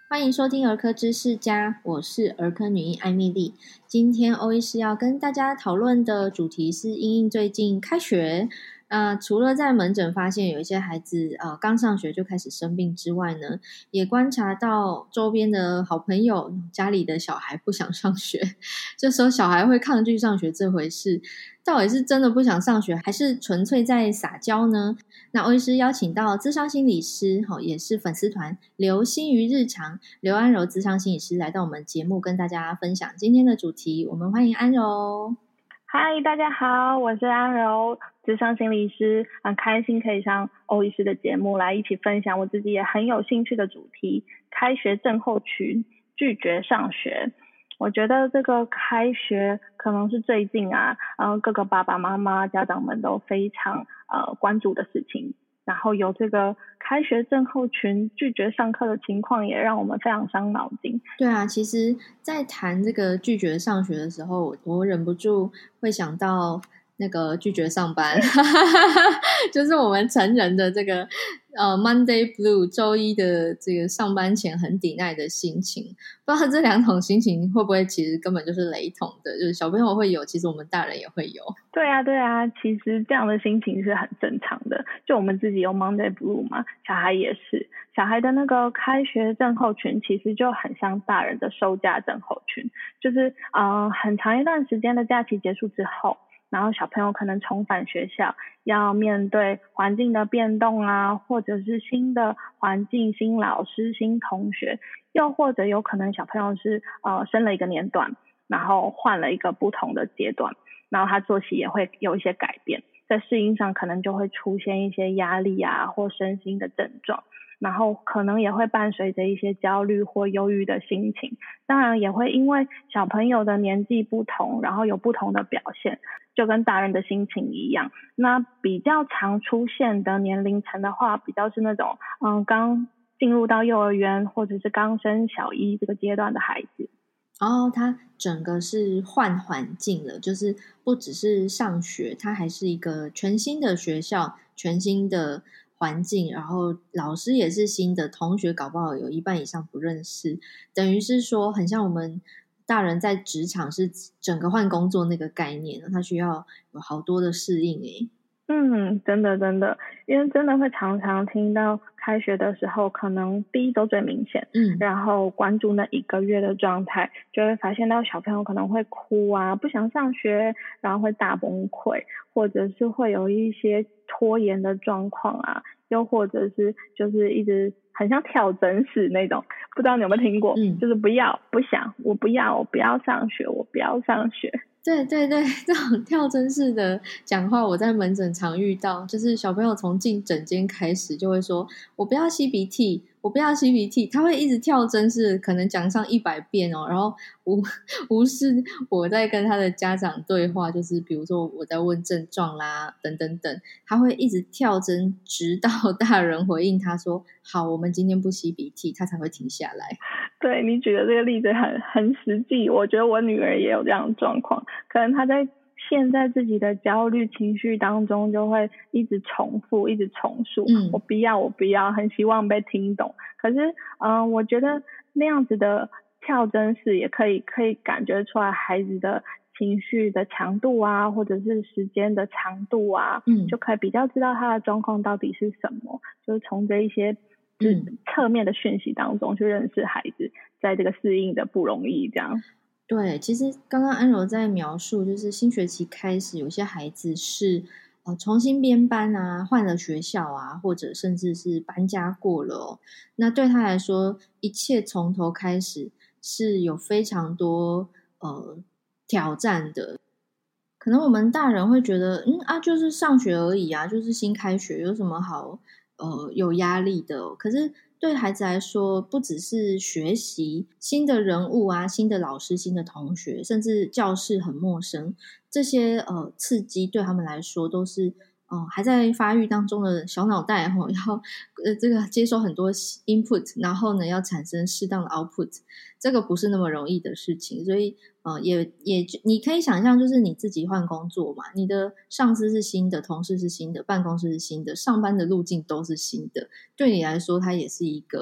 欢迎收听儿科知识家，我是儿科女医艾蜜莉。今天欧医师要跟大家讨论的主题是因应最近开学，除了在门诊发现有一些孩子刚上学就开始生病之外呢，也观察到周边的好朋友家里的小孩不想上学，这时候小孩会抗拒上学这回事，到底是真的不想上学，还是纯粹在撒娇呢？那欧医师邀请到諮商心理师，也是粉丝团刘心于日常刘安柔諮商心理师来到我们节目跟大家分享今天的主题，我们欢迎安柔。 嗨，大家好，我是安柔，諮商心理师，很开心可以上欧医师的节目来一起分享我自己也很有兴趣的主题——开学症候群，拒绝上学。我觉得这个开学可能是最近各个爸爸妈妈家长们都非常关注的事情，然后有这个开学症候群拒绝上课的情况也让我们非常伤脑筋。 对啊，其实在谈这个拒绝上学的时候，我忍不住会想到那个拒绝上班就是我们成人的这个Monday Blue 周一的这个上班前很抵耐的心情，不知道这两种心情会不会其实根本就是雷同的，就是小朋友会有，其实我们大人也会有。 对啊，其实这样的心情是很正常的，就我们自己有 Monday Blue 嘛，小孩也是，小孩的那个开学症候群其实就很像大人的收假症候群，就是很长一段时间的假期结束之后，然后小朋友可能重返学校，要面对环境的变动或者是新的环境、新老师、新同学，又或者有可能小朋友是升了一个年段，然后换了一个不同的阶段，然后他作息也会有一些改变，在适应上可能就会出现一些压力或身心的症状，然后可能也会伴随着一些焦虑或忧郁的心情，当然也会因为小朋友的年纪不同，然后有不同的表现，就跟大人的心情一样。那比较常出现的年龄层的话，比较是那种刚进入到幼儿园或者是刚升小一这个阶段的孩子。 他整个是换环境了，就是不只是上学，它还是一个全新的学校，全新的环境，然后老师也是新的，同学搞不好有一半以上不认识，等于是说很像我们大人在职场是整个换工作那个概念，他需要有好多的适应耶。 真的，因为真的会常常听到开学的时候，可能第一周最明显，然后关注那一个月的状态，就会发现到小朋友可能会哭不想上学，然后会大崩溃，或者是会有一些拖延的状况又或者是就是一直很像跳针式那种，不知道你有没有听过，就是不要，不想，我不要上学，我不要上学。 对，这种跳针式的讲话我在门诊常遇到，就是小朋友从进诊间开始就会说我不要吸鼻涕，我不要吸鼻涕，他会一直跳针式，可能讲上100遍然后无视我在跟他的家长对话，就是比如说我在问症状啦等，他会一直跳针，直到大人回应他说好，我们今天不吸鼻涕，他才会停下来。 对，你举的这个例子很实际，我觉得我女儿也有这样的状况，可能她在陷在自己的焦虑情绪当中，就会一直重复，一直重述，我不要，很希望被听懂。可是我觉得那样子的跳针式也可以感觉出来孩子的情绪的强度或者是时间的长度就可以比较知道他的状况到底是什么，就是从这一些侧面的讯息当中去认识孩子在这个适应的不容易这样。 对，其实刚刚安柔在描述，就是新学期开始，有些孩子是重新编班换了学校或者甚至是搬家过了那对他来说，一切从头开始是有非常多挑战的。可能我们大人会觉得，就是上学而已就是新开学，有什么好有压力的可是对孩子来说，不只是学习新的人物新的老师、新的同学，甚至教室很陌生，这些刺激对他们来说都是还在发育当中的小脑袋要这个接收很多 input， 然后呢要产生适当的 output， 这个不是那么容易的事情，所以也你可以想象，就是你自己换工作嘛，你的上司是新的，同事是新的，办公室是新的，上班的路径都是新的，对你来说它也是一个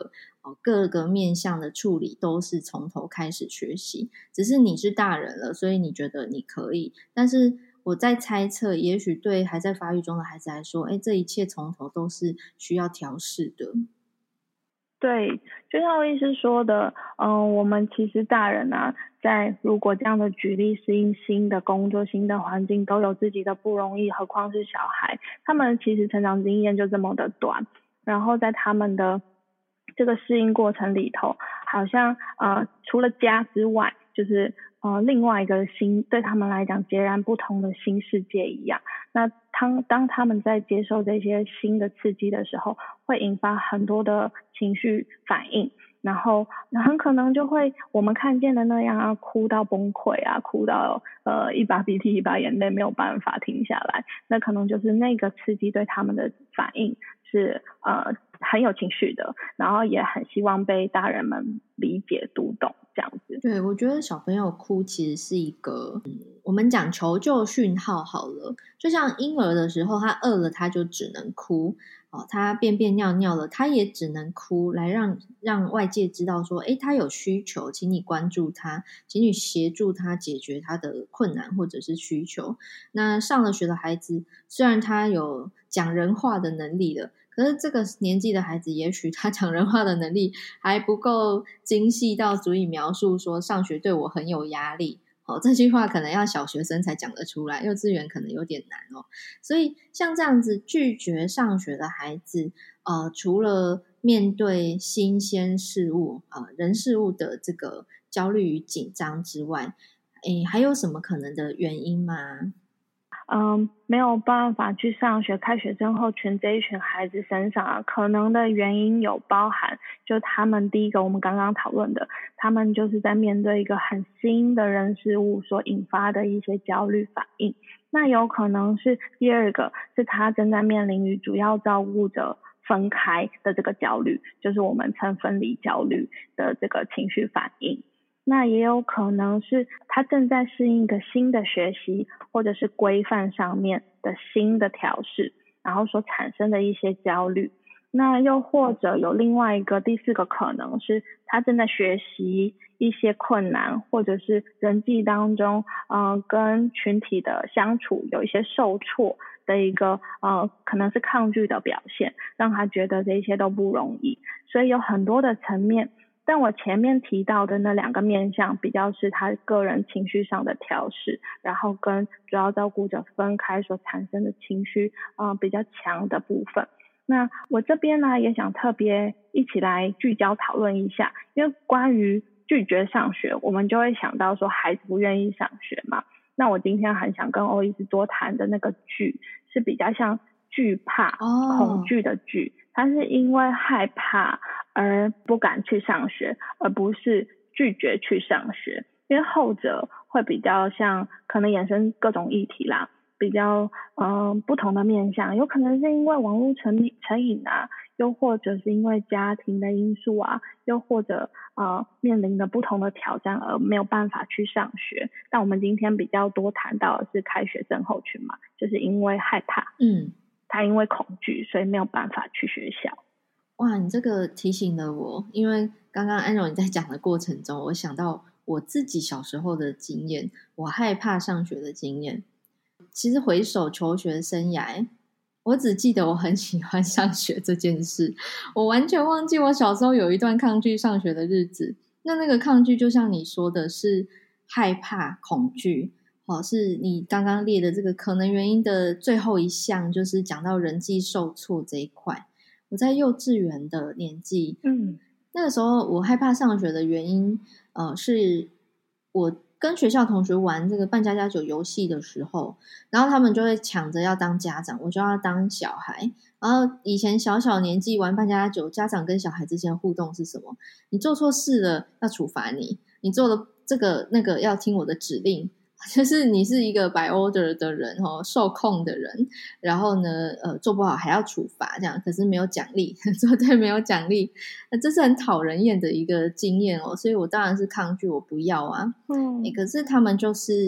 各个面向的处理都是从头开始学习，只是你是大人了，所以你觉得你可以，但是我在猜测，也许对还在发育中的孩子来说，这一切从头都是需要调试的。 对，就像我医师说的，我们其实大人啊，在如果这样的举例适应新的工作、新的环境，都有自己的不容易，何况是小孩，他们其实成长经验就这么的短，然后在他们的这个适应过程里头，好像除了家之外，就是另外一个对他们来讲截然不同的新世界一样。那当他们在接受这些新的刺激的时候，会引发很多的情绪反应，然后很可能就会我们看见的那样啊，哭到崩溃啊，哭到一把鼻涕一把眼泪没有办法停下来，那可能就是那个刺激对他们的反应是很有情绪的，然后也很希望被大人们理解读懂这样子。 对，我觉得小朋友哭其实是一个我们讲求救讯号好了，就像婴儿的时候他饿了他就只能哭，他便便尿尿了他也只能哭，来让外界知道说他有需求，请你关注他，请你协助他解决他的困难或者是需求。那上了学的孩子虽然他有讲人话的能力了，可是这个年纪的孩子也许他讲人话的能力还不够精细到足以描述说上学对我很有压力，这句话可能要小学生才讲得出来，幼稚园可能有点难哦。所以像这样子拒绝上学的孩子除了面对新鲜事物人事物的这个焦虑与紧张之外，还有什么可能的原因吗？ 没有办法去上学，开学症候群这一群孩子身上可能的原因有包含，就他们第一个我们刚刚讨论的，他们就是在面对一个很新的人事物所引发的一些焦虑反应。那有可能是第二个，是他正在面临与主要照顾者分开的这个焦虑，就是我们称分离焦虑的这个情绪反应。那也有可能是他正在适应一个新的学习或者是规范上面的新的调试，然后所产生的一些焦虑。那又或者有另外一个第四个可能是他正在学习一些困难，或者是人际当中跟群体的相处有一些受挫的一个可能是抗拒的表现，让他觉得这些都不容易。所以有很多的层面，但我前面提到的那两个面向比较是他个人情绪上的调试，然后跟主要照顾者分开所产生的情绪比较强的部分。那我这边呢也想特别一起来聚焦讨论一下，因为关于拒绝上学，我们就会想到说孩子不愿意上学嘛。那我今天很想跟欧医师多谈的那个惧是比较像惧怕、恐惧的惧，他是因为害怕而不敢去上学，而不是拒绝去上学。因为后者会比较像可能衍生各种议题啦，比较不同的面向，有可能是因为网络成瘾啊，又或者是因为家庭的因素啊，又或者面临的不同的挑战而没有办法去上学。但我们今天比较多谈到的是开学症候群嘛，就是因为害怕，他因为恐惧所以没有办法去学校。 哇，你这个提醒了我，因为刚刚安柔你在讲的过程中，我想到我自己小时候的经验，我害怕上学的经验。其实回首求学生涯，我只记得我很喜欢上学这件事，我完全忘记我小时候有一段抗拒上学的日子。那个抗拒就像你说的是害怕、恐惧，是你刚刚列的这个可能原因的最后一项，就是讲到人际受挫这一块。我在幼稚园的年纪，那个时候我害怕上学的原因，是我跟学校同学玩这个扮家家酒游戏的时候，然后他们就会抢着要当家长，我就要当小孩。然后以前小年纪玩扮家家酒，家长跟小孩之间的互动是什么？你做错事了要处罚你，你做了这个那个要听我的指令。就是你是一个 by order 的人受控的人，然后呢做不好还要处罚这样，可是没有奖励做对没有奖励，这是很讨人厌的一个经验所以我当然是抗拒，我不要啊。可是他们就是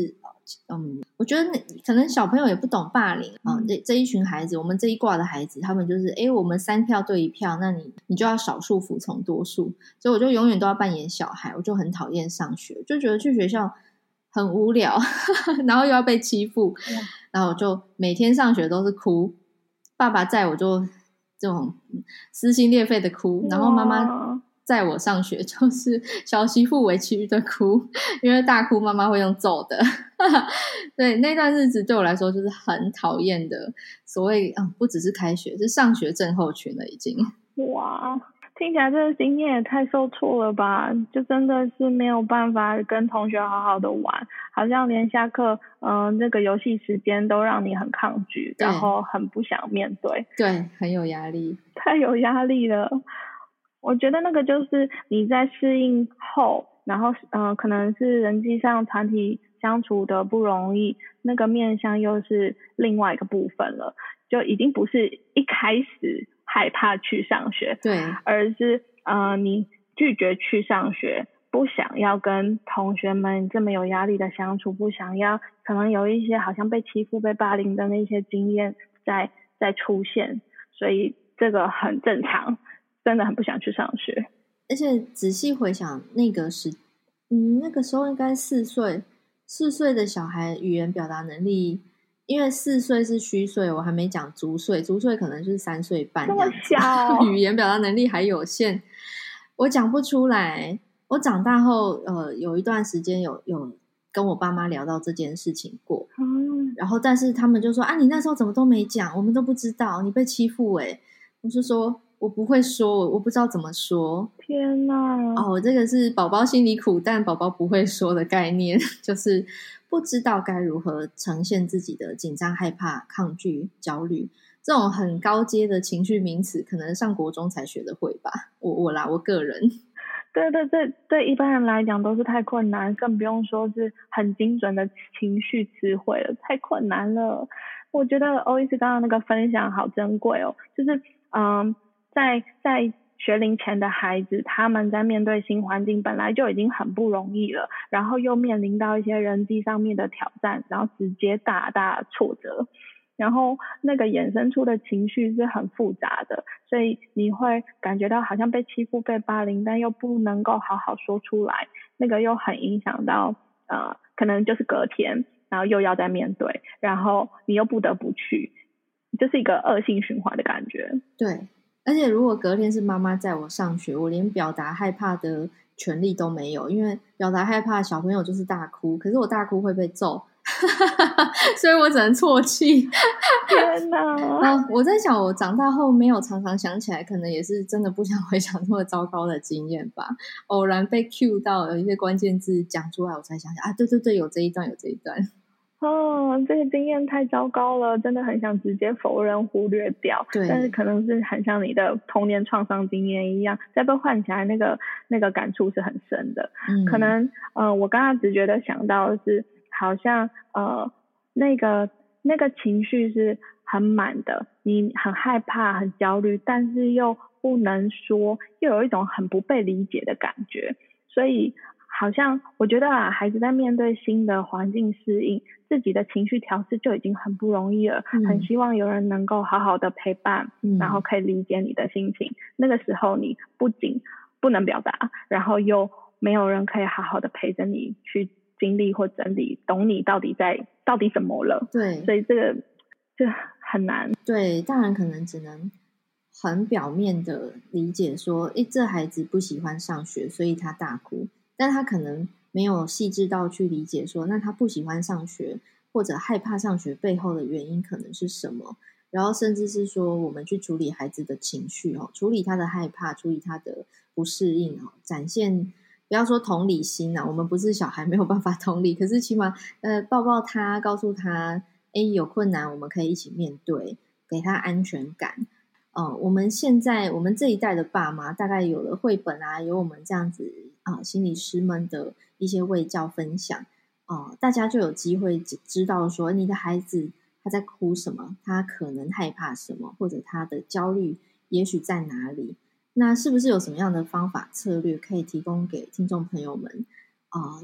我觉得可能小朋友也不懂霸凌这一群孩子，我们这一挂的孩子，他们就是我们3票对1票，那你就要少数服从多数，所以我就永远都要扮演小孩，我就很讨厌上学，就觉得去学校很无聊然后又要被欺负，然后我就每天上学都是哭，爸爸载我就这种撕心裂肺的哭，然后妈妈载我上学就是小媳妇委屈的哭，因为大哭妈妈会用揍的对，那段日子对我来说就是很讨厌的，所谓不只是开学，是上学症候群了已经。 哇，听起来这个经验也太受挫了吧，就真的是没有办法跟同学好好的玩，好像连下课那个游戏时间都让你很抗拒，然后很不想面对。 对，很有压力， 太有压力了。我觉得那个就是你在适应后，然后可能是人际上团体相处的不容易，那个面向又是另外一个部分了，就已经不是一开始害怕去上学， 对， 而是你拒绝去上学，不想要跟同学们这么有压力的相处，不想要可能有一些好像被欺负被霸凌的那些经验在出现，所以这个很正常，真的很不想去上学。 而且仔细回想那个那个时候应该4岁的小孩语言表达能力，因为4岁是虚岁，我还没讲足岁，足岁可能就是3岁半这样子， 这么小语言表达能力还有限，我讲不出来。我长大后有一段时间有跟我爸妈聊到这件事情过，然后但是他们就说你那时候怎么都没讲，我们都不知道你被欺负我是说我不会说，我不知道怎么说。 天哪！ 这个是宝宝心里苦，但宝宝不会说的概念，就是不知道该如何呈现自己的紧张、害怕、抗拒、焦虑，这种很高阶的情绪名词，可能上国中才学得会吧。我个人。 对一般人来讲都是太困难，更不用说是很精准的情绪词汇了，太困难了。我觉得欧医师刚刚那个分享好珍贵哦，就是在学龄前的孩子，他们在面对新环境本来就已经很不容易了，然后又面临到一些人际上面的挑战，然后直接大大挫折，然后那个衍生出的情绪是很复杂的，所以你会感觉到好像被欺负被霸凌，但又不能够好好说出来，那个又很影响到可能就是隔天然后又要再面对，然后你又不得不去，就是一个恶性循环的感觉。 对，而且如果隔天是妈妈载我上学，我连表达害怕的权利都没有，因为表达害怕小朋友就是大哭，可是我大哭会被揍所以我只能啜泣天哪我在想我长大后没有常常想起来，可能也是真的不想回想这么糟糕的经验吧，偶然被 cue 到有一些关键字讲出来，我才想起对，有这一段这个经验太糟糕了，真的很想直接否认忽略掉， 对， 但是可能是很像你的童年创伤经验一样，再被唤起来那个感触是很深的。可能我刚刚直觉的想到的是好像那个情绪是很满的，你很害怕很焦虑，但是又不能说，又有一种很不被理解的感觉，所以好像我觉得孩子在面对新的环境适应，自己的情绪调试就已经很不容易了，很希望有人能够好好的陪伴，然后可以理解你的心情，那个时候你不仅不能表达，然后又没有人可以好好的陪着你去经历或整理，懂你到底怎么了。 对， 所以这很难。 对，大人可能只能很表面的理解说这孩子不喜欢上学所以他大哭，但他可能没有细致到去理解说那他不喜欢上学或者害怕上学背后的原因可能是什么，然后甚至是说我们去处理孩子的情绪处理他的害怕，处理他的不适应展现不要说同理心我们不是小孩没有办法同理，可是起码抱抱他，告诉他有困难我们可以一起面对，给他安全感。我们这一代的爸妈大概有了绘本有我们这样子心理师们的一些卫教分享大家就有机会知道说你的孩子他在哭什么，他可能害怕什么，或者他的焦虑也许在哪里，那是不是有什么样的方法策略可以提供给听众朋友们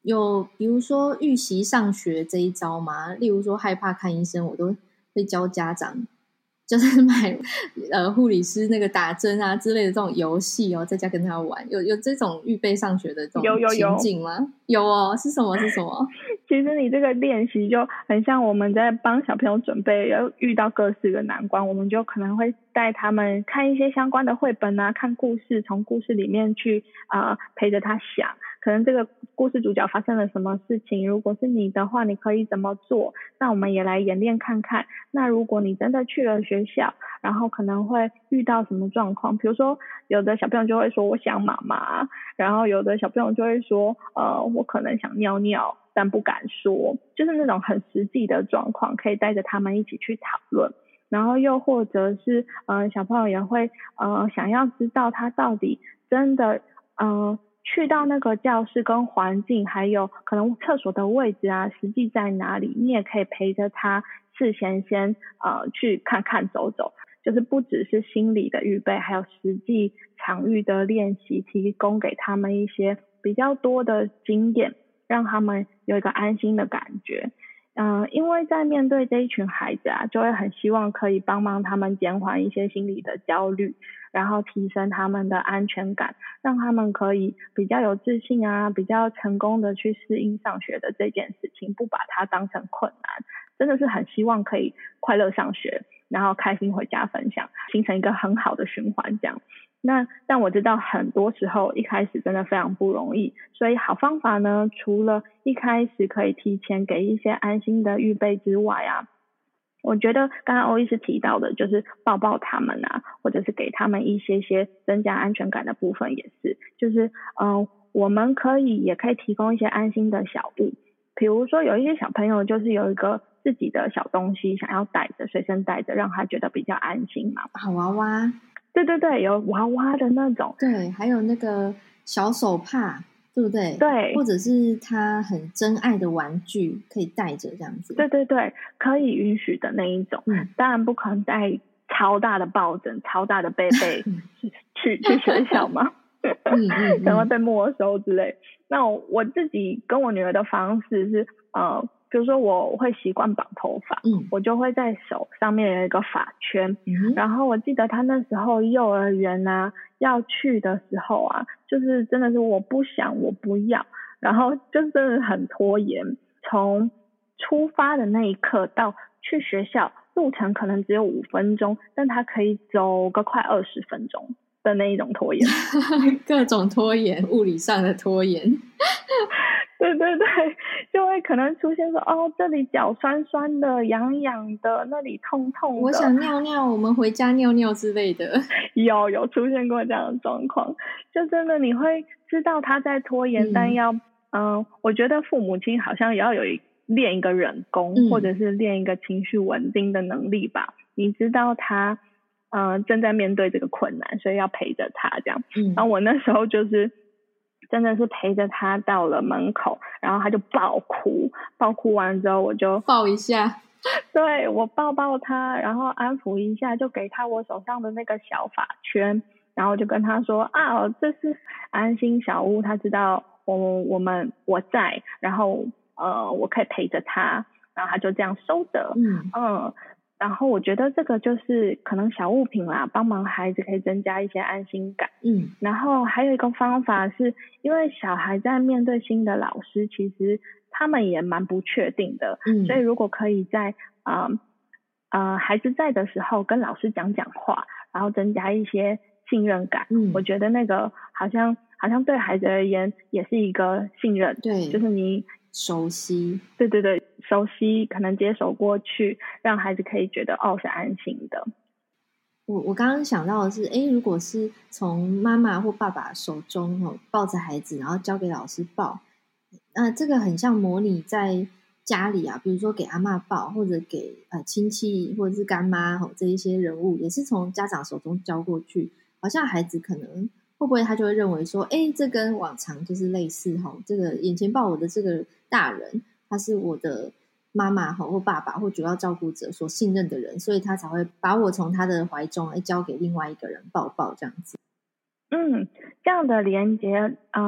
有比如说预习上学这一招吗？例如说害怕看医生，我都会教家长就是买护理师那个打针啊之类的这种游戏哦，在家跟他玩。有这种预备上学的这种情景吗？有哦，是什么？ 其实你这个练习就很像我们在帮小朋友准备要遇到各式的难关，我们就可能会带他们看一些相关的绘本啊，看故事，从故事里面去陪着他想，可能这个故事主角发生了什么事情，如果是你的话你可以怎么做，那我们也来演练看看。那如果你真的去了学校，然后可能会遇到什么状况，比如说有的小朋友就会说我想妈妈，然后有的小朋友就会说我可能想尿尿但不敢说，就是那种很实际的状况，可以带着他们一起去讨论。然后又或者是小朋友也会想要知道他到底真的去到那个教室跟环境，还有可能厕所的位置啊，实际在哪里，你也可以陪着他事先先去看看走走，就是不只是心理的预备，还有实际场域的练习，提供给他们一些比较多的经验，让他们有一个安心的感觉。因为在面对这一群孩子啊，就会很希望可以帮忙他们减缓一些心理的焦虑，然后提升他们的安全感，让他们可以比较有自信啊，比较成功的去适应上学的这件事情，不把它当成困难，真的是很希望可以快乐上学，然后开心回家分享，形成一个很好的循环这样。但我知道很多时候一开始真的非常不容易，所以好方法呢，除了一开始可以提前给一些安心的预备之外啊，我觉得刚刚欧医师提到的就是抱抱他们啊，或者是给他们一些增加安全感的部分也是，就是我们也可以提供一些安心的小物，比如说有一些小朋友就是有一个自己的小东西想要带着，随身带着，让他觉得比较安心嘛。 好娃娃， 对对对，有娃娃的那种， 对，还有那个小手帕，对不对？ 对， 或者是他很珍爱的玩具，可以带着这样子。 对对对，可以允许的那一种。当然不可能带超大的抱枕、超大的被去学校嘛，可能会被没收之类。那我自己跟我女儿的方式是比如说我会习惯绑头发，我就会在手上面有一个发圈，然后我记得她那时候幼儿园啊要去的时候啊，就是真的是我不想我不要，然后就真的很拖延，从出发的那一刻到去学校路程可能只有5分钟，但她可以走个快20分钟的那一种拖延各种拖延，物理上的拖延对对对，就会可能出现说这里脚酸酸的痒痒的，那里痛痛的， 我想尿尿，我们回家尿尿之类的有出现过这样的状况，就真的你会知道他在拖延，但要我觉得父母亲好像也要练一个忍功，或者是练一个情绪稳定的能力吧，你知道他正在面对这个困难，所以要陪着他这样。然后我那时候就是真的是陪着他到了门口，然后他就爆哭完之后我就抱一下， 对，我抱抱他，然后安抚一下，就给他我手上的那个小发圈，然后就跟他说这是安心小屋，他知道我在，然后我可以陪着他，然后他就这样收着，然后我觉得这个就是可能小物品啦，帮忙孩子可以增加一些安心感。然后还有一个方法是，因为小孩在面对新的老师，其实他们也蛮不确定的，所以如果可以在孩子在的时候跟老师讲话，然后增加一些信任感，我觉得那个好像对孩子而言也是一个信任， 对， 就是你熟悉， 对对对，熟悉，可能接手过去，让孩子可以觉得是安心的。 我刚刚想到的是，如果是从妈妈或爸爸手中抱着孩子，然后交给老师抱，那这个很像模拟在家里啊，比如说给阿嬷抱，或者给亲戚或者是干妈这一些人物，也是从家长手中交过去，好像孩子可能会不会他就会认为说，这跟往常就是类似这个眼前抱我的这个大人，他是我的妈妈或爸爸或主要照顾者所信任的人，所以他才会把我从他的怀中交给另外一个人抱抱这样子。 这样的连结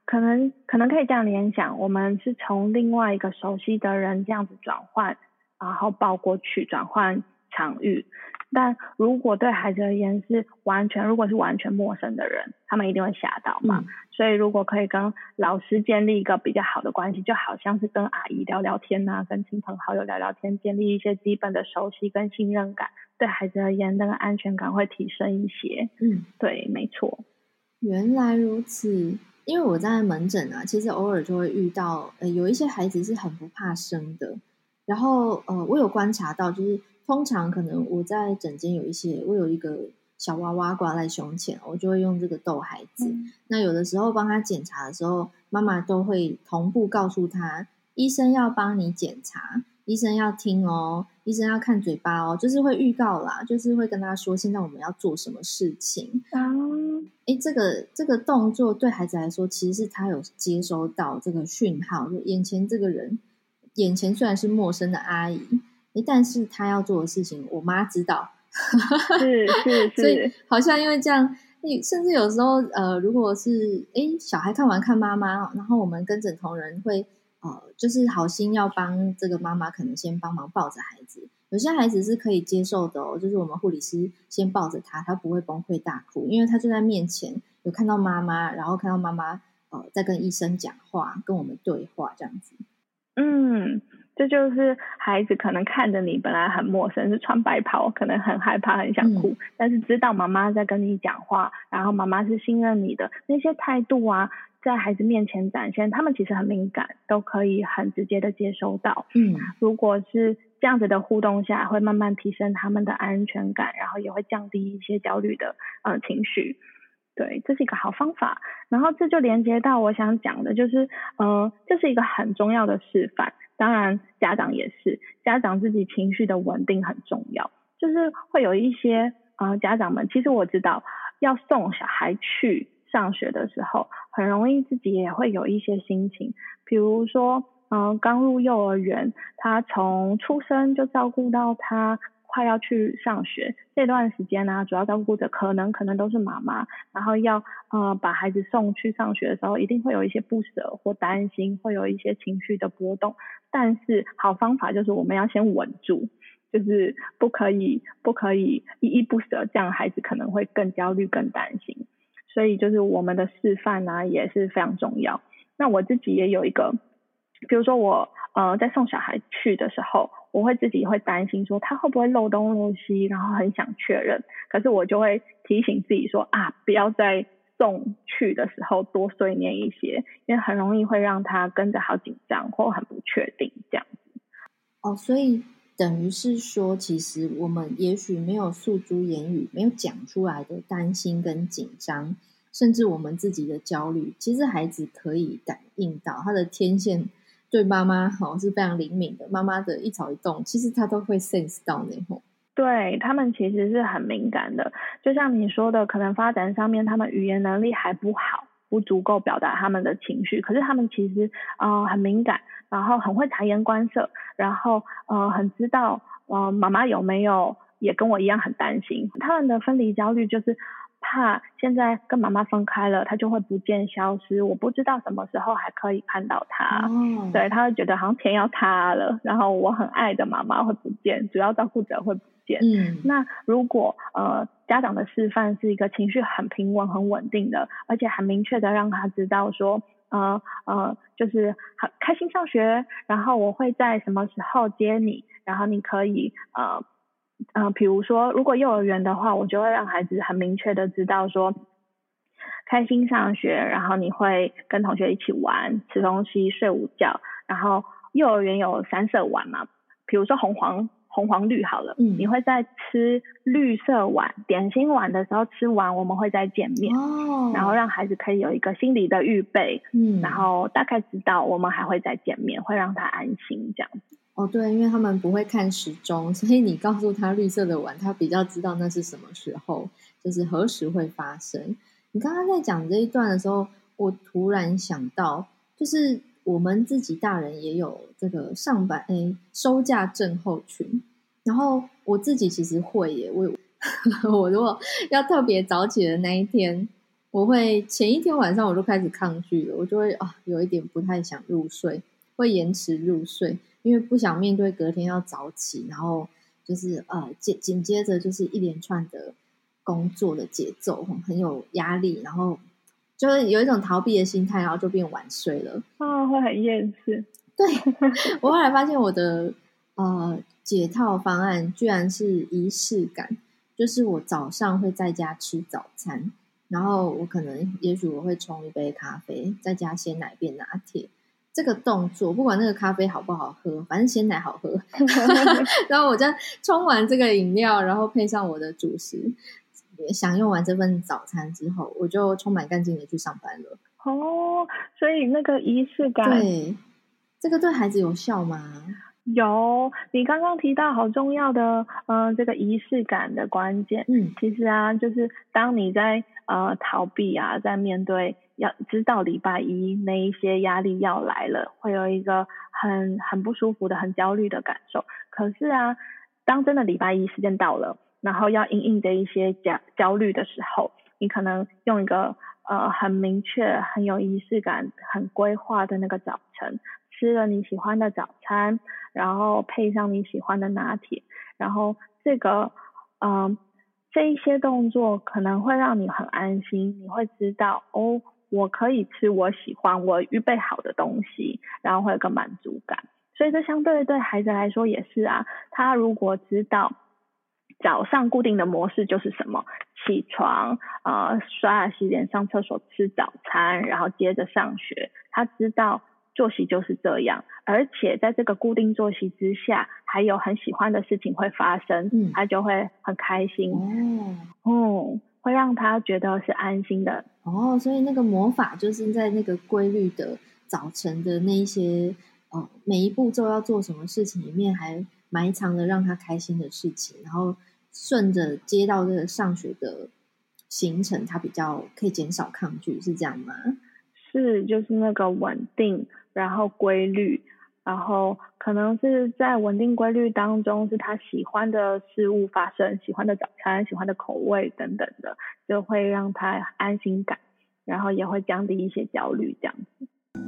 可能可以这样联想，我们是从另外一个熟悉的人这样子转换，然后抱过去转换场域。但如果对孩子而言如果是完全陌生的人，他们一定会吓到嘛。所以如果可以跟老师建立一个比较好的关系，就好像是跟阿姨聊聊天啊，跟亲朋好友聊聊天，建立一些基本的熟悉跟信任感，对孩子而言那个安全感会提升一些。对，没错。 原来如此。因为我在门诊啊，其实偶尔就会遇到有一些孩子是很不怕生的，然后我有观察到，就是通常可能我在诊间我有一个小娃娃挂在胸前，我就会用这个逗孩子。那有的时候帮他检查的时候，妈妈都会同步告诉他，医生要帮你检查，医生要听哦，医生要看嘴巴哦，就是会预告啦，就是会跟他说现在我们要做什么事情。这个动作对孩子来说，其实是他有接收到这个讯号，就眼前这个人，眼前虽然是陌生的阿姨，但是他要做的事情，我妈知道。 是所以好像因为这样，甚至有时候如果是小孩看完看妈妈，然后我们跟诊同仁会就是好心要帮这个妈妈，可能先帮忙抱着孩子。有些孩子是可以接受的哦，就是我们护理师先抱着他，他不会崩溃大哭，因为他就在面前有看到妈妈，然后看到妈妈在跟医生讲话，跟我们对话这样子。 这就是孩子可能看着你本来很陌生，是穿白袍，可能很害怕很想哭，但是知道妈妈在跟你讲话，然后妈妈是信任你的，那些态度啊在孩子面前展现，他们其实很敏感，都可以很直接的接收到。如果是这样子的互动下，会慢慢提升他们的安全感，然后也会降低一些焦虑的情绪。对，这是一个好方法。然后这就连接到我想讲的，就是这是一个很重要的示范。当然家长也是，家长自己情绪的稳定很重要。就是会有一些家长们，其实我知道要送小孩去上学的时候，很容易自己也会有一些心情，比如说刚入幼儿园，他从出生就照顾到他快要去上学这段时间呢，主要照顾者可能都是妈妈，然后要把孩子送去上学的时候，一定会有一些不舍或担心，会有一些情绪的波动。但是好方法就是我们要先稳住，就是不可以依依不舍，这样孩子可能会更焦虑更担心。所以就是我们的示范啊也是非常重要。那我自己也有一个，比如说我在送小孩去的时候，我会自己会担心说他会不会漏东漏西，然后很想确认，可是我就会提醒自己说不要在送去的时候多碎念一些，因为很容易会让他跟着好紧张或很不确定这样子。 所以等于是说，其实我们也许没有诉诸言语，没有讲出来的担心跟紧张，甚至我们自己的焦虑，其实孩子可以感应到，他的天线对妈妈是非常灵敏的，妈妈的一草一动，其实他都会 sense 到呢。 对，他们其实是很敏感的，就像你说的，可能发展上面他们语言能力还不好，不足够表达他们的情绪，可是他们其实很敏感，然后很会察言观色，然后很知道妈妈有没有也跟我一样很担心。他们的分离焦虑就是怕现在跟妈妈分开了，他就会不见消失，我不知道什么时候还可以看到他。对，他会觉得好像天要塌了，然后我很爱的妈妈会不见，主要照顾者会不见。那如果家长的示范是一个情绪很平稳很稳定的，而且很明确的让他知道说就是很开心上学，然后我会在什么时候接你，然后你可以比如说如果幼儿园的话，我就会让孩子很明确的知道说开心上学，然后你会跟同学一起玩，吃东西，睡午觉，然后幼儿园有3色碗嘛，比如说红黄绿好了，你会在吃绿色碗点心碗的时候吃完，我们会再见面，然后让孩子可以有一个心理的预备，然后大概知道我们还会再见面，会让他安心这样子。 对，因为他们不会看时钟，所以你告诉他绿色的碗，他比较知道那是什么时候，就是何时会发生。你刚刚在讲这一段的时候，我突然想到，就是我们自己大人也有这个收假症候群，然后我自己其实会耶，我如果要特别早起的那一天， 我会前一天晚上我就开始抗拒了，我就会有一点不太想入睡，会延迟入睡，因为不想面对隔天要早起，然后就是紧接着就是一连串的工作的节奏，很有压力，然后就是有一种逃避的心态，然后就变晚睡了。 会很厌世。 对，我后来发现我的解套方案居然是仪式感，就是我早上会在家吃早餐，然后我可能也许我会冲一杯咖啡，再加鲜奶变拿铁。这个动作不管那个咖啡好不好喝，反正鲜奶好喝。然后我再冲完这个饮料，然后配上我的主食，享用完这份早餐之后，我就充满干劲的去上班了。 所以那个仪式感， 对，这个对孩子有效吗？ 有，你刚刚提到好重要的这个仪式感的关键。其实啊，就是当你在逃避啊，在面对要知道礼拜一那一些压力要来了，会有一个很不舒服的、很焦虑的感受。可是啊，当真的礼拜一时间到了，然后要因应这一些焦虑的时候，你可能用一个很明确、很有仪式感、很规划的那个早晨，吃了你喜欢的早餐，然后配上你喜欢的拿铁，然后这一些动作可能会让你很安心，你会知道我可以吃我喜欢我预备好的东西，然后会有个满足感。所以这相对孩子来说也是啊，他如果知道早上固定的模式就是什么，起床刷牙洗脸上厕所吃早餐，然后接着上学，他知道作息就是这样，而且在这个固定作息之下还有很喜欢的事情会发生，他就会很开心。会让他觉得是安心的。 所以那个魔法就是在那个规律的早晨的那一些每一步骤要做什么事情里面，还埋藏了让他开心的事情，然后顺着接到这个上学的行程，他比较可以减少抗拒，是这样吗？ 是，就是那个稳定，然后规律，然后可能是在稳定规律当中是他喜欢的事物发生，喜欢的早餐，喜欢的口味等等的，就会让他安心感，然后也会降低一些焦虑这样子。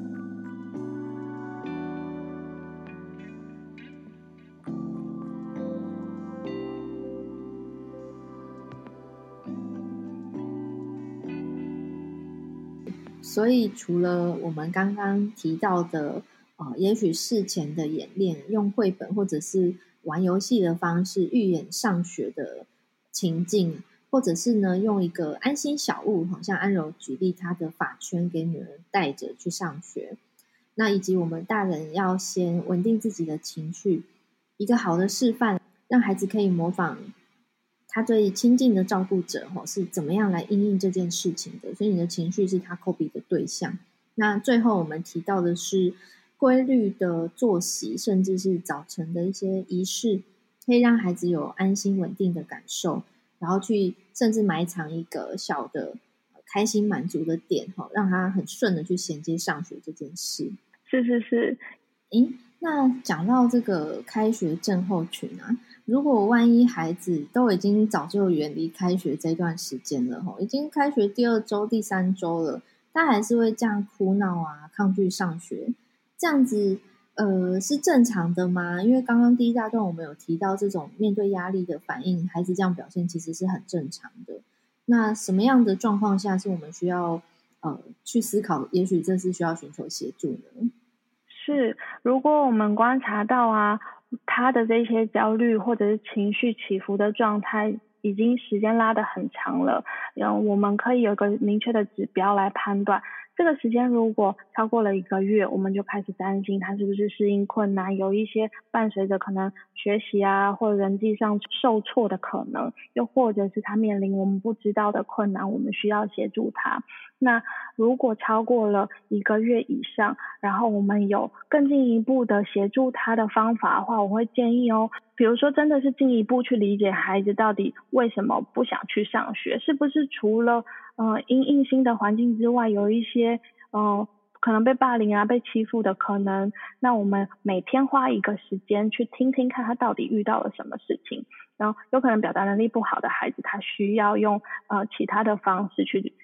所以除了我们刚刚提到的也许事前的演练，用绘本或者是玩游戏的方式预演上学的情境，或者是呢用一个安心小物，好像安柔举例她的发圈给女儿带着去上学，那以及我们大人要先稳定自己的情绪，一个好的示范，让孩子可以模仿他最亲近的照顾者是怎么样来因应这件事情的，所以你的情绪是他 copy 的对象。那最后我们提到的是规律的作息，甚至是早晨的一些仪式，可以让孩子有安心稳定的感受，然后去甚至埋藏一个小的开心满足的点，让他很顺的去衔接上学这件事。 是。 那讲到这个开学症候群啊，如果万一孩子都已经早就远离开学这段时间了，已经开学第2周、第3周了，他还是会这样哭闹啊，抗拒上学，这样子是正常的吗？因为刚刚第一大段我们有提到这种面对压力的反应，孩子这样表现其实是很正常的。那什么样的状况下是我们需要去思考，也许这是需要寻求协助的？ 是，如果我们观察到啊，他的这些焦虑或者是情绪起伏的状态已经时间拉得很长了，我们可以有个明确的指标来判断，这个时间如果超过了1个月，我们就开始担心他是不是适应困难，有一些伴随着可能学习啊或人际上受挫的可能，又或者是他面临我们不知道的困难，我们需要协助他。那如果超过了1个月以上，然后我们有更进一步的协助他的方法的话，我会建议比如说真的是进一步去理解孩子到底为什么不想去上学，是不是除了因应新的环境之外，有一些可能被霸凌啊被欺负的可能，那我们每天花一个时间去听听看他到底遇到了什么事情，然后有可能表达能力不好的孩子，他需要用其他的方式去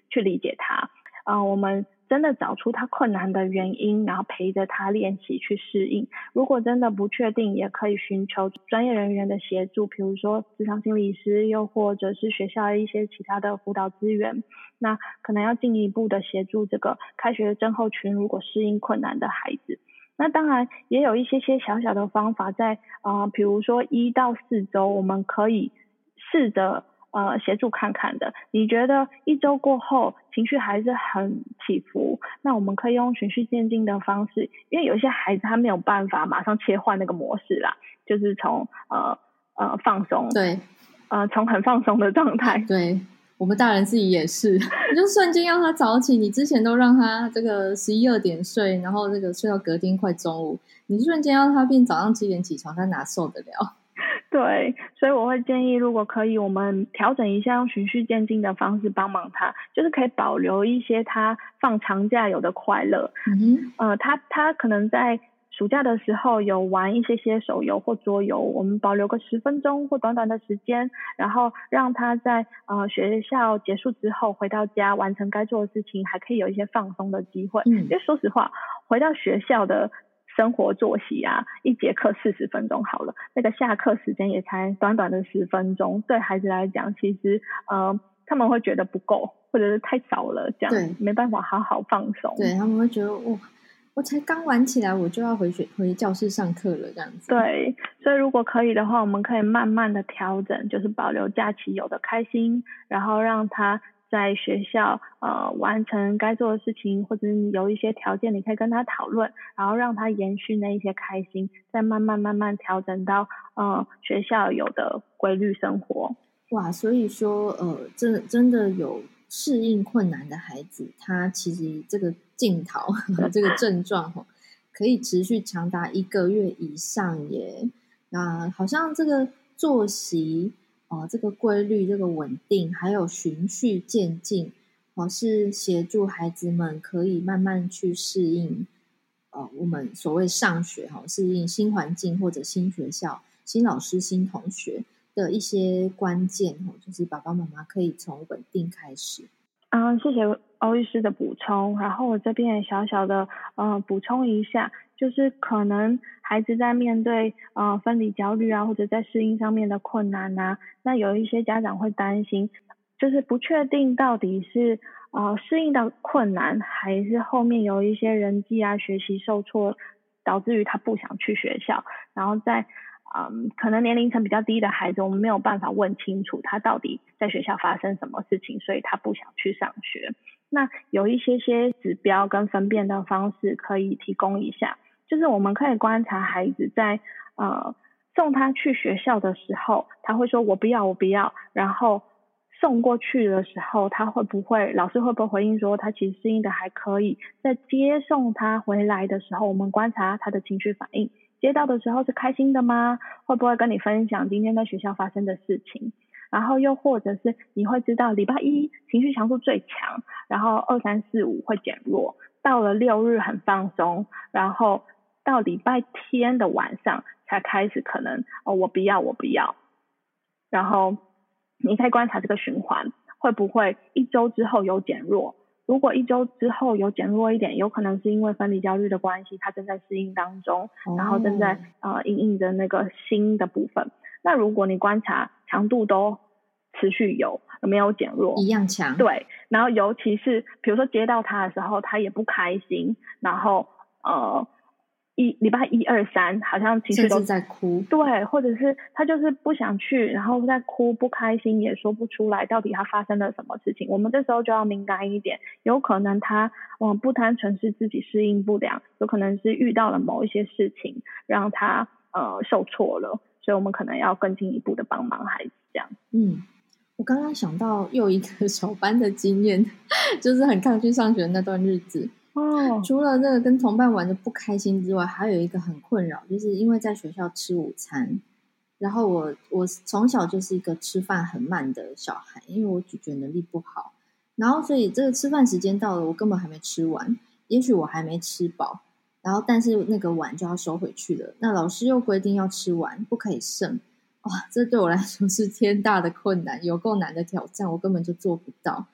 去理解他。我们真的找出他困难的原因，然后陪着他练习去适应。如果真的不确定，也可以寻求专业人员的协助，比如说职场心理师，又或者是学校一些其他的辅导资源。那可能要进一步的协助这个开学症候群如果适应困难的孩子。那当然也有一些小小的方法在比如说1到4周我们可以试着协助看看的。你觉得1周过后情绪还是很起伏，那我们可以用循序渐进的方式，因为有些孩子他没有办法马上切换那个模式啦，就是从放松， 对， 从很放松的状态， 对，我们大人自己也是，你就瞬间让他早起，你之前都让他这个11、2点睡，然后这个睡到隔天快中午，你瞬间让他变早上7点起床，他哪受得了？ 对，所以我会建议，如果可以，我们调整一下，用循序渐进的方式帮忙他，就是可以保留一些他放长假有的快乐。他可能在暑假的时候有玩一些手游或桌游，我们保留个10分钟或短短的时间，然后让他在学校结束之后回到家完成该做的事情，还可以有一些放松的机会。因为说实话，回到学校的生活作息啊，1节课40分钟好了，那个下课时间也才短短的10分钟，对孩子来讲其实他们会觉得不够，或者是太少了，这样没办法好好放松。 对，他们会觉得我才刚玩起来，我就要回教室上课了，这样子。 对，所以如果可以的话，我们可以慢慢的调整，就是保留假期有的开心，然后让他在学校完成该做的事情，或者是有一些条件你可以跟他讨论，然后让他延续那一些开心，再慢慢调整到学校有的规律生活。 哇，所以说真的有适应困难的孩子，他其实这个镜头这个症状可以持续长达1个月以上耶。那好像这个作息这个规律、这个稳定，还有循序渐进是协助孩子们可以慢慢去适应我们所谓上学适应新环境或者新学校、新老师、新同学的一些关键就是爸爸妈妈可以从稳定开始。 谢谢欧医师的补充，然后我这边也小小的补充一下，就是可能孩子在面对分离焦虑啊，或者在适应上面的困难啊，那有一些家长会担心，就是不确定到底是适应的困难，还是后面有一些人际啊学习受挫，导致于他不想去学校，然后在可能年龄层比较低的孩子，我们没有办法问清楚他到底在学校发生什么事情，所以他不想去上学。那有一些指标跟分辨的方式可以提供一下，就是我们可以观察孩子在送他去学校的时候，他会说我不要，然后送过去的时候，老师会不会回应说他其实适应的还可以，在接送他回来的时候，我们观察他的情绪反应，接到的时候是开心的吗？会不会跟你分享今天在学校发生的事情？然后又或者是你会知道礼拜1情绪强度最强，然后2、3、4、5会减弱，到了6日很放松，然后到礼拜天的晚上才开始可能我不要，然后你可以观察这个循环会不会1周之后有减弱。如果1周之后有减弱一点，有可能是因为分离焦虑的关系，他正在适应当中，然后正在因应着那个新的部分。那如果你观察强度都持续有没有减弱， 一样强， 对，然后尤其是比如说接到他的时候，他也不开心，然后礼拜1、2、3好像情绪都甚至在哭， 对，或者是他就是不想去，然后在哭，不开心，也说不出来到底他发生了什么事情。我们这时候就要敏感一点，有可能他不单纯是自己适应不良，有可能是遇到了某一些事情让他受挫了，所以我们可能要更进一步的帮忙孩子这样。 我刚刚想到又一个小班的经验，就是很抗拒上学的那段日子。除了这个跟同伴玩的不开心之外，还有一个很困扰，就是因为在学校吃午餐，然后我从小就是一个吃饭很慢的小孩，因为我咀嚼能力不好，然后所以这个吃饭时间到了，我根本还没吃完，也许我还没吃饱，然后但是那个碗就要收回去了，那老师又规定要吃完，不可以剩。哇，这对我来说是天大的困难，有够难的挑战，我根本就做不到。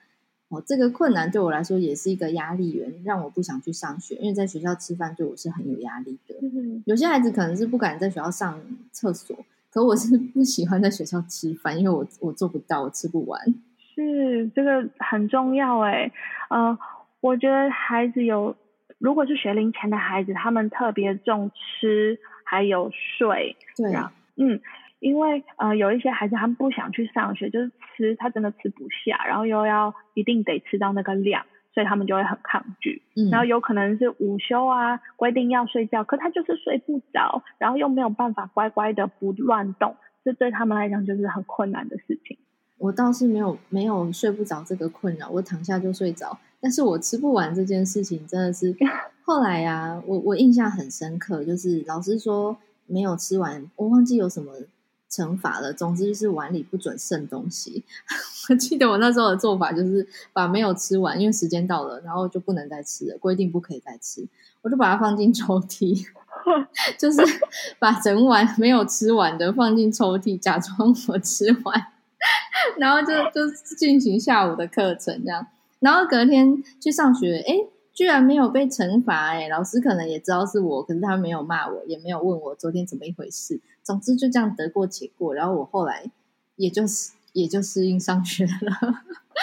这个困难对我来说也是一个压力源，让我不想去上学，因为在学校吃饭对我是很有压力的。有些孩子可能是不敢在学校上厕所，可我是不喜欢在学校吃饭，因为我做不到，我吃不完。 是，这个很重要诶。我觉得孩子如果是学龄前的孩子，他们特别重吃还有睡。 对， 因为有一些孩子他们不想去上学，就是他真的吃不下，然后又要一定得吃到那个量，所以他们就会很抗拒。然后有可能是午休啊，规定要睡觉，可他就是睡不着，然后又没有办法乖乖的不乱动，这对他们来讲就是很困难的事情。 我倒是没有睡不着这个困扰，我躺下就睡着。但是我吃不完这件事情真的是，后来啊，我印象很深刻，就是老师说没有吃完，我忘记有什么惩罚了。总之就是碗里不准剩东西。我记得我那时候的做法就是把没有吃完，因为时间到了，然后就不能再吃了，规定不可以再吃，我就把它放进抽屉，就是把整碗没有吃完的放进抽屉，假装我吃完。然后就进行下午的课程这样，然后隔天去上学，居然没有被惩罚，老师可能也知道是我，可是他没有骂我，也没有问我昨天怎么一回事，总之就这样得过且过，然后我后来也就适应上学了。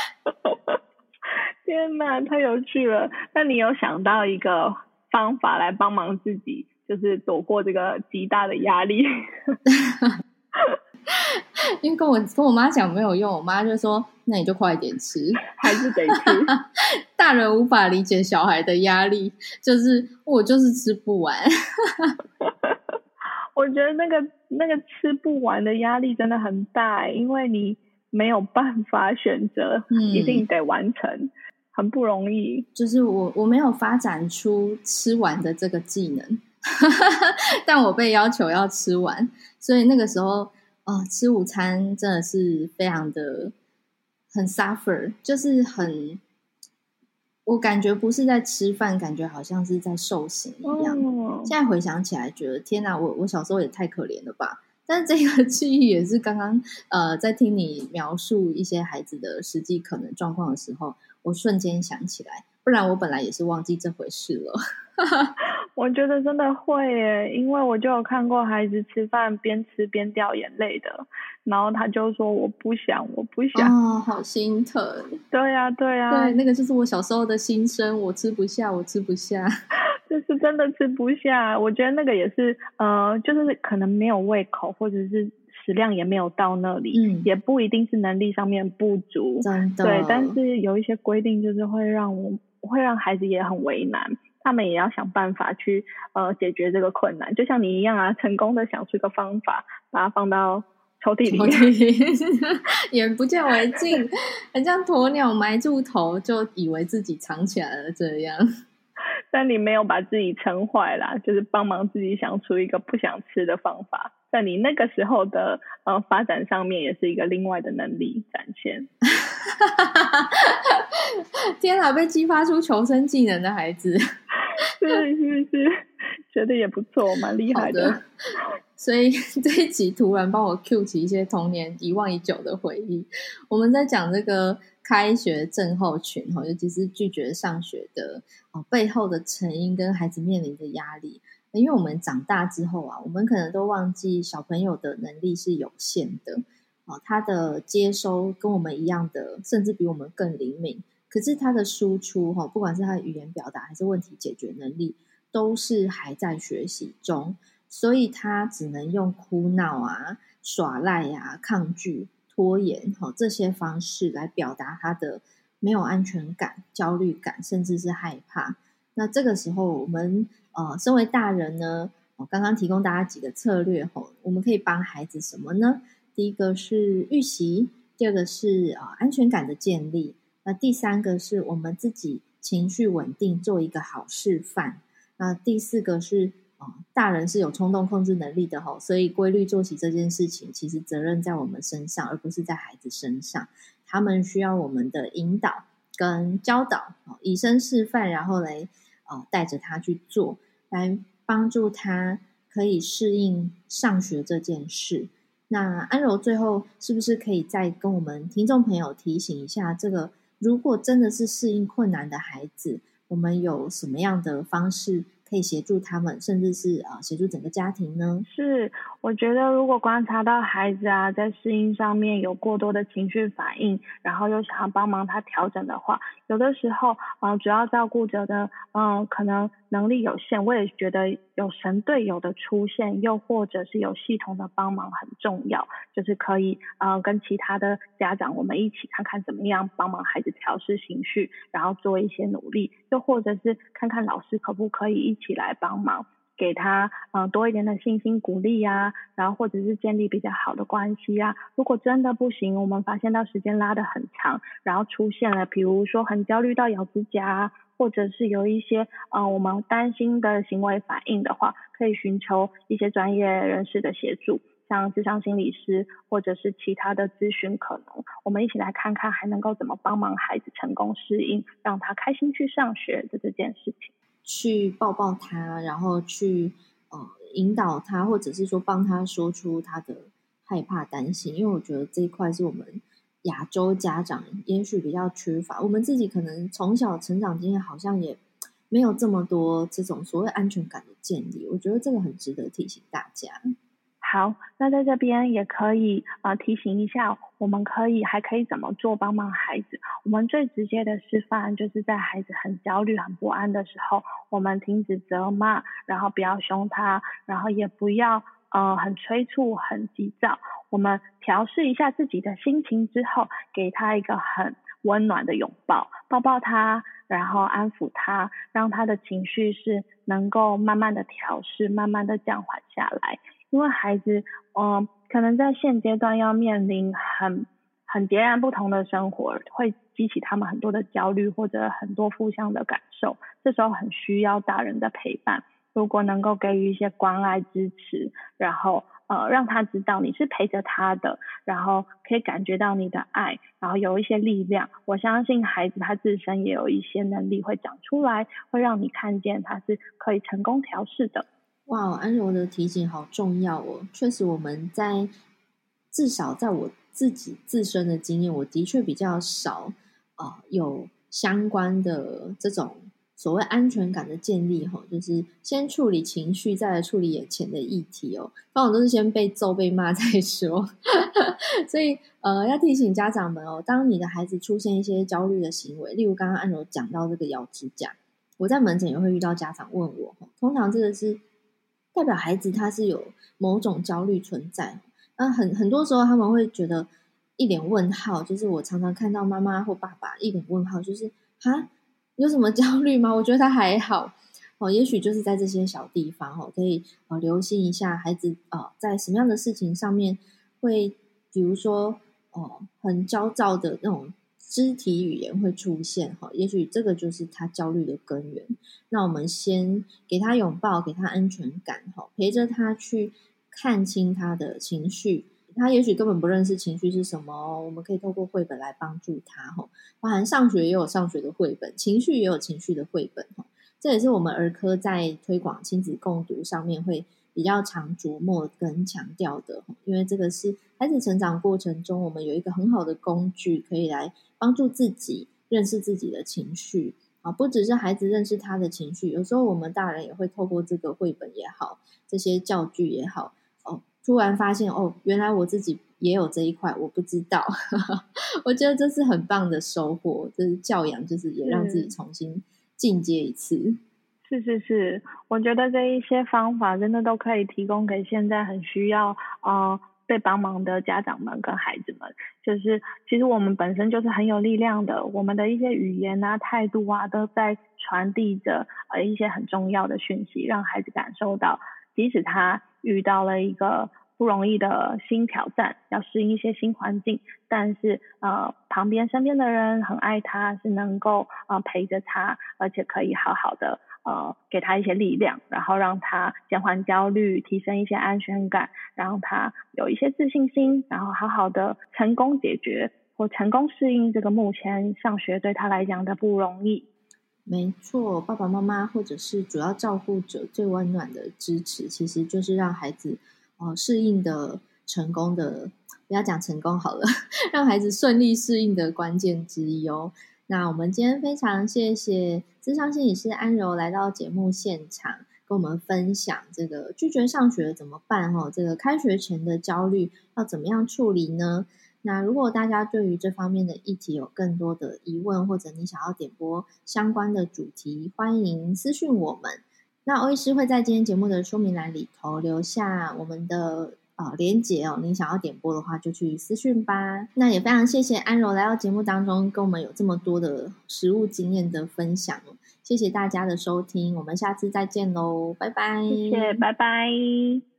天哪，太有趣了！那你有想到一个方法来帮忙自己，就是躲过这个极大的压力？ 因为跟我妈讲没有用，我妈就说那你就快点吃， 还是得吃。 大人无法理解小孩的压力，就是我就是吃不完。 我觉得那个吃不完的压力真的很大，因为你没有办法选择，一定得完成，很不容易。 就是我没有发展出吃完的这个技能，但我被要求要吃完，所以那个时候吃午餐真的是非常的很 suffer， 就是我感觉不是在吃饭，感觉好像是在受刑一样。现在回想起来，觉得天哪，我小时候也太可怜了吧。但是这个记忆也是刚刚在听你描述一些孩子的实际可能状况的时候，我瞬间想起来，不然我本来也是忘记这回事了。 我觉得真的会耶，因为我就有看过孩子吃饭边吃边掉眼泪的，然后他就说我不想。 哦，好心疼。 对啊，对， 那个就是我小时候的心声，我吃不下。 就是真的吃不下。我觉得那个也是就是可能没有胃口，或者是食量也没有到那里，也不一定是能力上面不足， 真的。 对，但是有一些规定就是会让孩子也很为难，他们也要想办法去解决这个困难，就像你一样啊，成功的想出一个方法，把它放到抽屉里面。 眼不见为净，很像鸵鸟埋住头，就以为自己藏起来了这样。 但你没有把自己撑坏啦，就是帮忙自己想出一个不想吃的方法，在你那个时候的发展上面也是一个另外的能力展现。 天哪，被激发出求生技能的孩子。 是，觉得也不错，蛮厉害的。 所以这一集突然帮我 cue 起一些童年遗忘已久的回忆。我们在讲这个开学症候群，尤其是拒绝上学的背后的成因跟孩子面临的压力。因为我们长大之后啊，我们可能都忘记小朋友的能力是有限的，他的接收跟我们一样的，甚至比我们更灵敏。可是他的输出，不管是他的语言表达还是问题解决能力，都是还在学习中。所以他只能用哭闹啊、耍赖啊、抗拒、拖延这些方式来表达他的没有安全感、焦虑感，甚至是害怕。那这个时候我们身为大人呢，刚刚提供大家几个策略，我们可以帮孩子什么呢？第一个是预习，第二个是安全感的建立，那第三个是我们自己情绪稳定，做一个好示范。那第四个是大人是有冲动控制能力的，所以规律作息这件事情其实责任在我们身上，而不是在孩子身上。他们需要我们的引导跟教导，以身示范，然后来带着他去做，来帮助他可以适应上学这件事。那安柔最后是不是可以再跟我们听众朋友提醒一下，这个如果真的是适应困难的孩子，我们有什么样的方式可以协助他们，甚至是协助整个家庭呢？ 是，我觉得如果观察到孩子啊在适应上面有过多的情绪反应，然后又想要帮忙他调整的话，有的时候主要照顾者的可能能力有限，我也觉得有神队友的出现，又或者是有系统的帮忙很重要，就是可以跟其他的家长我们一起看看怎么样帮忙孩子调试情绪，然后做一些努力，又或者是看看老师可不可以一起来帮忙。给他多一点的信心鼓励啊，然后或者是建立比较好的关系啊。如果真的不行，我们发现到时间拉得很长，然后出现了比如说很焦虑到咬指甲啊，或者是有一些我们担心的行为反应的话，可以寻求一些专业人士的协助，像諮商心理师或者是其他的咨询可能，我们一起来看看还能够怎么帮忙孩子成功适应，让他开心去上学的这件事情。 去抱抱他，然后去引导他，或者是说帮他说出他的害怕、担心。因为我觉得这一块是我们亚洲家长也许比较缺乏，我们自己可能从小成长经验好像也没有这么多这种所谓安全感的建立。我觉得这个很值得提醒大家。 好，那在这边也可以提醒一下，我们还可以怎么做帮忙孩子。我们最直接的示范就是在孩子很焦虑、很不安的时候，我们停止责骂，然后不要凶他，然后也不要很催促、很急躁。我们调试一下自己的心情之后，给他一个很温暖的拥抱，抱抱他，然后安抚他，让他的情绪是能够慢慢的调试，慢慢的降缓下来。因为孩子可能在现阶段要面临很截然不同的生活，会激起他们很多的焦虑或者很多负向的感受，这时候很需要大人的陪伴。如果能够给予一些关爱支持，然后让他知道你是陪着他的，然后可以感觉到你的爱，然后有一些力量，我相信孩子他自身也有一些能力会长出来，会让你看见他是可以成功调试的。 哇，安柔的提醒好重要哦！确实，我们至少在我自己自身的经验，我的确比较少有相关的这种所谓安全感的建立哈，就是先处理情绪，再来处理眼前的议题哦。通常都是先被揍被骂再说，所以要提醒家长们哦，当你的孩子出现一些焦虑的行为，例如刚刚安柔讲到这个咬指甲，我在门诊也会遇到家长问我，通常这个是代表孩子他是有某种焦虑存在。那很多时候他们会觉得一脸问号，就是我常常看到妈妈或爸爸一脸问号，就是哈有什么焦虑吗？我觉得他还好也许就是在这些小地方可以留心一下孩子在什么样的事情上面会，比如说很焦躁的那种肢体语言会出现也许这个就是他焦虑的根源。那我们先给他拥抱，给他安全感陪着他去看清他的情绪。他也许根本不认识情绪是什么我们可以透过绘本来帮助他包含上学也有上学的绘本，情绪也有情绪的绘本这也是我们儿科在推广亲子共读上面会比较常琢磨跟强调的，因为这个是孩子成长过程中我们有一个很好的工具可以来帮助自己认识自己的情绪不只是孩子认识他的情绪，有时候我们大人也会透过这个绘本也好，这些教具也好突然发现原来我自己也有这一块我不知道我觉得这是很棒的收获，就是教养就是也让自己重新进阶一次。 是，我觉得这一些方法真的都可以提供给现在很需要被帮忙的家长们跟孩子们。就是其实我们本身就是很有力量的，我们的一些语言啊、态度啊，都在传递着一些很重要的讯息，让孩子感受到，即使他遇到了一个不容易的新挑战，要适应一些新环境，但是身边的人很爱他，是能够陪着他，而且可以好好的给他一些力量，然后让他减缓焦虑，提升一些安全感，让他有一些自信心，然后好好的成功解决或成功适应这个目前上学对他来讲的不容易。 没错，爸爸妈妈或者是主要照顾者最温暖的支持，其实就是让孩子适应的成功的， 不要讲成功好了，让孩子顺利适应的关键之一哦。那我们今天非常谢谢諮商心理师安柔来到节目现场，跟我们分享这个拒绝上学怎么办哦，这个开学前的焦虑要怎么样处理呢？那如果大家对于这方面的议题有更多的疑问，或者你想要点播相关的主题，欢迎私讯我们。那欧医师会在今天节目的说明栏里头留下我们的连结哦，你想要点播的话就去私讯吧。那也非常谢谢安柔来到节目当中，跟我们有这么多的实务经验的分享哦。谢谢大家的收听，我们下次再见喽，拜拜。 谢谢，拜拜。